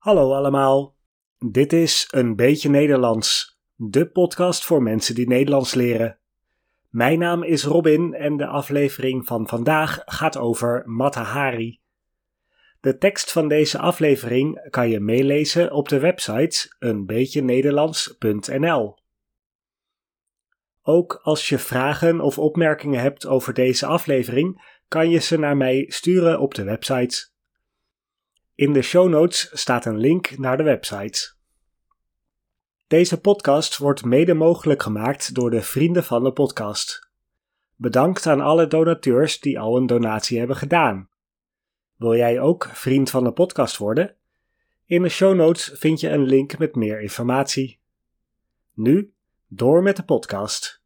Hallo allemaal, dit is Een Beetje Nederlands, de podcast voor mensen die Nederlands leren. Mijn naam is Robin en de aflevering van vandaag gaat over Mata Hari. De tekst van deze aflevering kan je meelezen op de website eenbeetjenederlands.nl. Ook als je vragen of opmerkingen hebt over deze aflevering, kan je ze naar mij sturen op de website. In de show notes staat een link naar de website. Deze podcast wordt mede mogelijk gemaakt door de vrienden van de podcast. Bedankt aan alle donateurs die al een donatie hebben gedaan. Wil jij ook vriend van de podcast worden? In de show notes vind je een link met meer informatie. Nu, door met de podcast.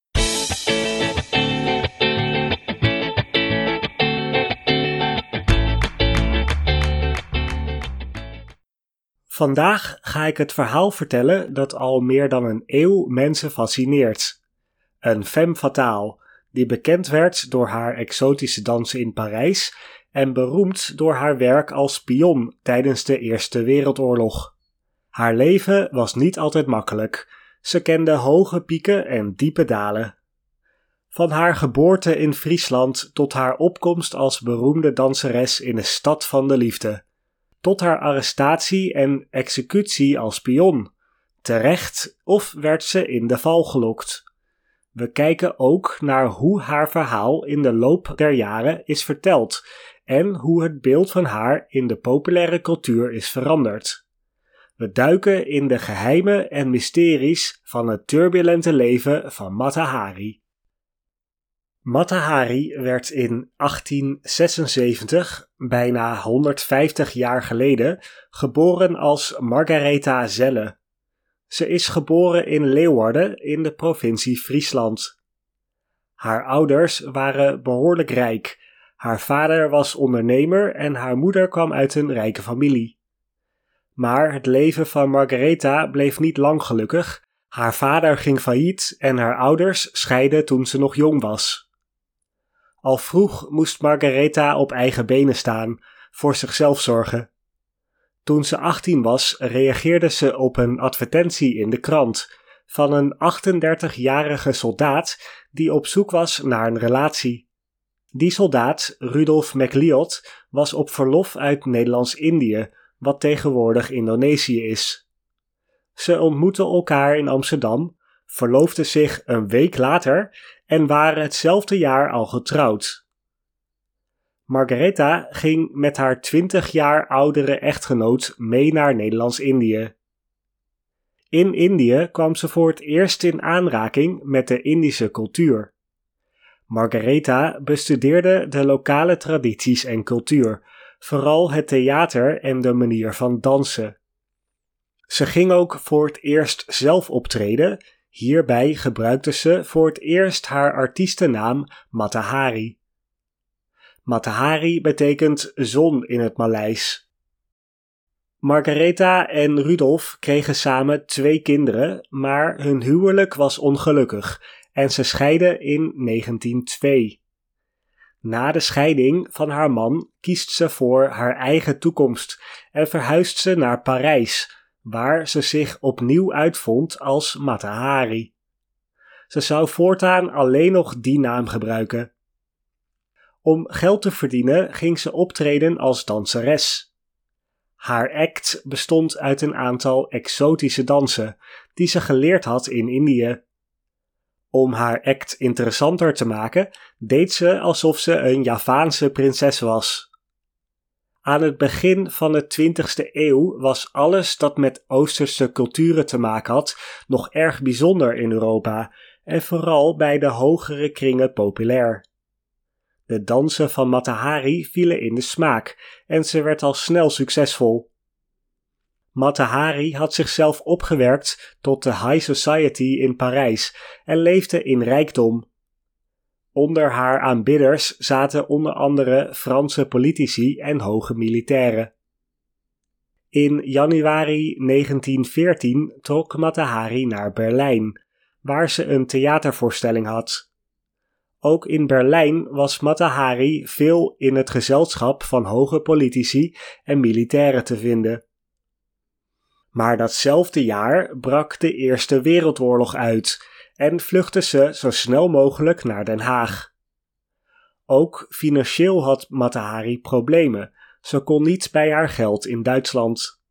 Vandaag ga ik het verhaal vertellen dat al meer dan een eeuw mensen fascineert. Een femme fatale, die bekend werd door haar exotische dansen in Parijs en beroemd door haar werk als spion tijdens de Eerste Wereldoorlog. Haar leven was niet altijd makkelijk. Ze kende hoge pieken en diepe dalen. Van haar geboorte in Friesland tot haar opkomst als beroemde danseres in de Stad van de Liefde. Tot haar arrestatie en executie als spion. Terecht of werd ze in de val gelokt. We kijken ook naar hoe haar verhaal in de loop der jaren is verteld en hoe het beeld van haar in de populaire cultuur is veranderd. We duiken in de geheimen en mysteries van het turbulente leven van Mata Hari. Mata Hari werd in 1876, bijna 150 jaar geleden, geboren als Margaretha Zelle. Ze is geboren in Leeuwarden in de provincie Friesland. Haar ouders waren behoorlijk rijk. Haar vader was ondernemer en haar moeder kwam uit een rijke familie. Maar het leven van Margaretha bleef niet lang gelukkig. Haar vader ging failliet en haar ouders scheidden toen ze nog jong was. Al vroeg moest Margaretha op eigen benen staan, voor zichzelf zorgen. Toen ze 18 was, reageerde ze op een advertentie in de krant van een 38-jarige soldaat die op zoek was naar een relatie. Die soldaat, Rudolf McLeod, was op verlof uit Nederlands-Indië, wat tegenwoordig Indonesië is. Ze ontmoetten elkaar in Amsterdam, verloofden zich een week later en waren hetzelfde jaar al getrouwd. Margaretha ging met haar 20 jaar oudere echtgenoot mee naar Nederlands-Indië. In Indië kwam ze voor het eerst in aanraking met de Indische cultuur. Margaretha bestudeerde de lokale tradities en cultuur, vooral het theater en de manier van dansen. Ze ging ook voor het eerst zelf optreden. Hierbij gebruikte ze voor het eerst haar artiestennaam Mata Hari. Mata Hari betekent zon in het Maleis. Margaretha en Rudolf kregen samen 2 kinderen, maar hun huwelijk was ongelukkig en ze scheidden in 1902. Na de scheiding van haar man kiest ze voor haar eigen toekomst en verhuist ze naar Parijs, waar ze zich opnieuw uitvond als Mata Hari. Ze zou voortaan alleen nog die naam gebruiken. Om geld te verdienen ging ze optreden als danseres. Haar act bestond uit een aantal exotische dansen die ze geleerd had in Indië. Om haar act interessanter te maken, deed ze alsof ze een Javaanse prinses was. Aan het begin van de 20e eeuw was alles dat met Oosterse culturen te maken had nog erg bijzonder in Europa en vooral bij de hogere kringen populair. De dansen van Mata Hari vielen in de smaak en ze werd al snel succesvol. Mata Hari had zichzelf opgewerkt tot de high society in Parijs en leefde in rijkdom. Onder haar aanbidders zaten onder andere Franse politici en hoge militairen. In januari 1914 trok Mata Hari naar Berlijn, waar ze een theatervoorstelling had. Ook in Berlijn was Mata Hari veel in het gezelschap van hoge politici en militairen te vinden. Maar datzelfde jaar brak de Eerste Wereldoorlog uit en vluchtte ze zo snel mogelijk naar Den Haag. Ook financieel had Mata Hari problemen. Ze kon niet bij haar geld in Duitsland.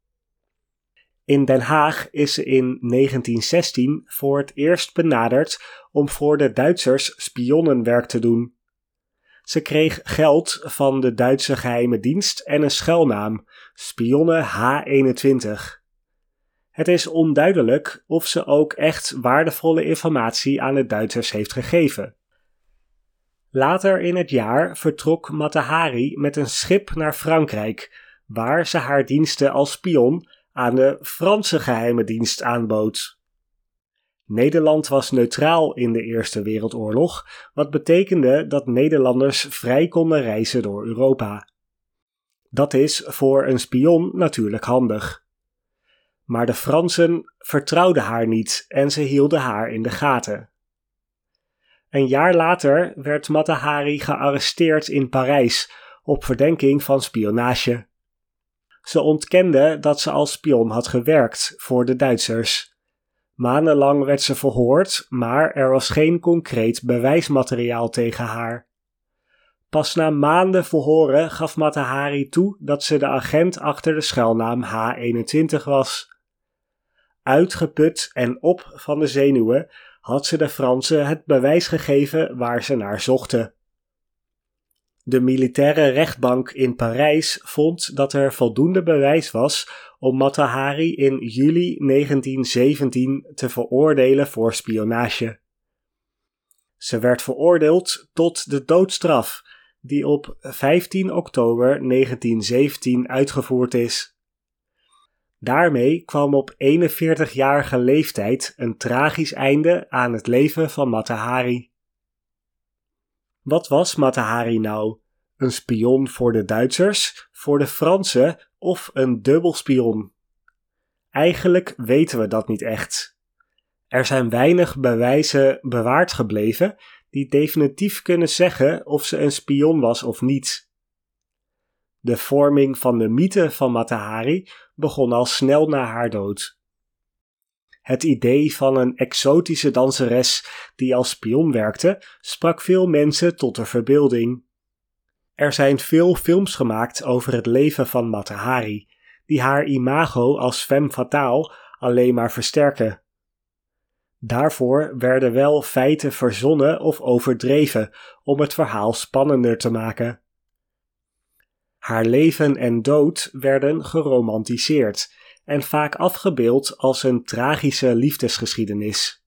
In Den Haag is ze in 1916 voor het eerst benaderd om voor de Duitsers spionnenwerk te doen. Ze kreeg geld van de Duitse geheime dienst en een schuilnaam, spionne H21. Het is onduidelijk of ze ook echt waardevolle informatie aan de Duitsers heeft gegeven. Later in het jaar vertrok Mata Hari met een schip naar Frankrijk, waar ze haar diensten als spion aan de Franse geheime dienst aanbood. Nederland was neutraal in de Eerste Wereldoorlog, wat betekende dat Nederlanders vrij konden reizen door Europa. Dat is voor een spion natuurlijk handig. Maar de Fransen vertrouwden haar niet en ze hielden haar in de gaten. Een jaar later werd Mata Hari gearresteerd in Parijs op verdenking van spionage. Ze ontkende dat ze als spion had gewerkt voor de Duitsers. Maandenlang werd ze verhoord, maar er was geen concreet bewijsmateriaal tegen haar. Pas na maanden verhoren gaf Mata Hari toe dat ze de agent achter de schuilnaam H21 was. Uitgeput en op van de zenuwen had ze de Fransen het bewijs gegeven waar ze naar zochten. De militaire rechtbank in Parijs vond dat er voldoende bewijs was om Mata Hari in juli 1917 te veroordelen voor spionage. Ze werd veroordeeld tot de doodstraf, die op 15 oktober 1917 uitgevoerd is. Daarmee kwam op 41-jarige leeftijd een tragisch einde aan het leven van Mata Hari. Wat was Mata Hari nou? Een spion voor de Duitsers, voor de Fransen of een dubbelspion? Eigenlijk weten we dat niet echt. Er zijn weinig bewijzen bewaard gebleven die definitief kunnen zeggen of ze een spion was of niet. De vorming van de mythe van Mata Hari begon al snel na haar dood. Het idee van een exotische danseres die als spion werkte, sprak veel mensen tot de verbeelding. Er zijn veel films gemaakt over het leven van Mata Hari, die haar imago als femme fatale alleen maar versterken. Daarvoor werden wel feiten verzonnen of overdreven om het verhaal spannender te maken. Haar leven en dood werden geromantiseerd en vaak afgebeeld als een tragische liefdesgeschiedenis.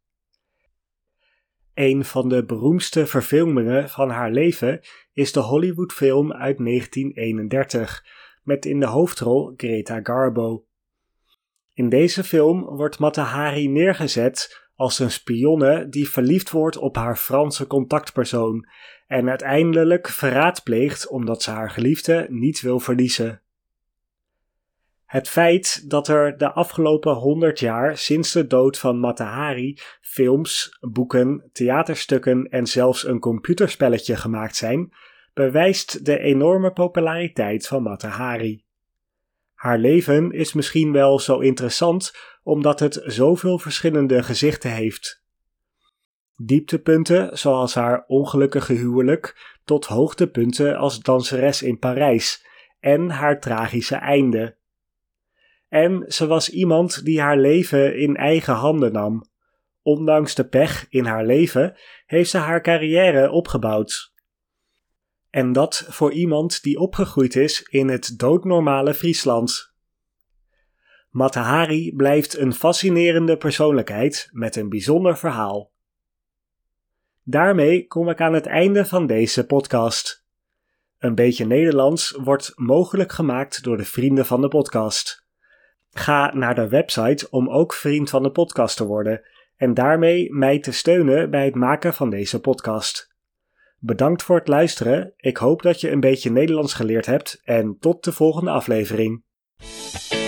Een van de beroemdste verfilmingen van haar leven is de Hollywoodfilm uit 1931, met in de hoofdrol Greta Garbo. In deze film wordt Mata Hari neergezet als een spionne die verliefd wordt op haar Franse contactpersoon en uiteindelijk verraad pleegt omdat ze haar geliefde niet wil verliezen. Het feit dat er de afgelopen 100 jaar sinds de dood van Mata Hari films, boeken, theaterstukken en zelfs een computerspelletje gemaakt zijn, bewijst de enorme populariteit van Mata Hari. Haar leven is misschien wel zo interessant omdat het zoveel verschillende gezichten heeft. Dieptepunten zoals haar ongelukkige huwelijk tot hoogtepunten als danseres in Parijs en haar tragische einde. En ze was iemand die haar leven in eigen handen nam. Ondanks de pech in haar leven heeft ze haar carrière opgebouwd. En dat voor iemand die opgegroeid is in het doodnormale Friesland. Mata Hari blijft een fascinerende persoonlijkheid met een bijzonder verhaal. Daarmee kom ik aan het einde van deze podcast. Een beetje Nederlands wordt mogelijk gemaakt door de vrienden van de podcast. Ga naar de website om ook vriend van de podcast te worden en daarmee mij te steunen bij het maken van deze podcast. Bedankt voor het luisteren, ik hoop dat je een beetje Nederlands geleerd hebt en tot de volgende aflevering.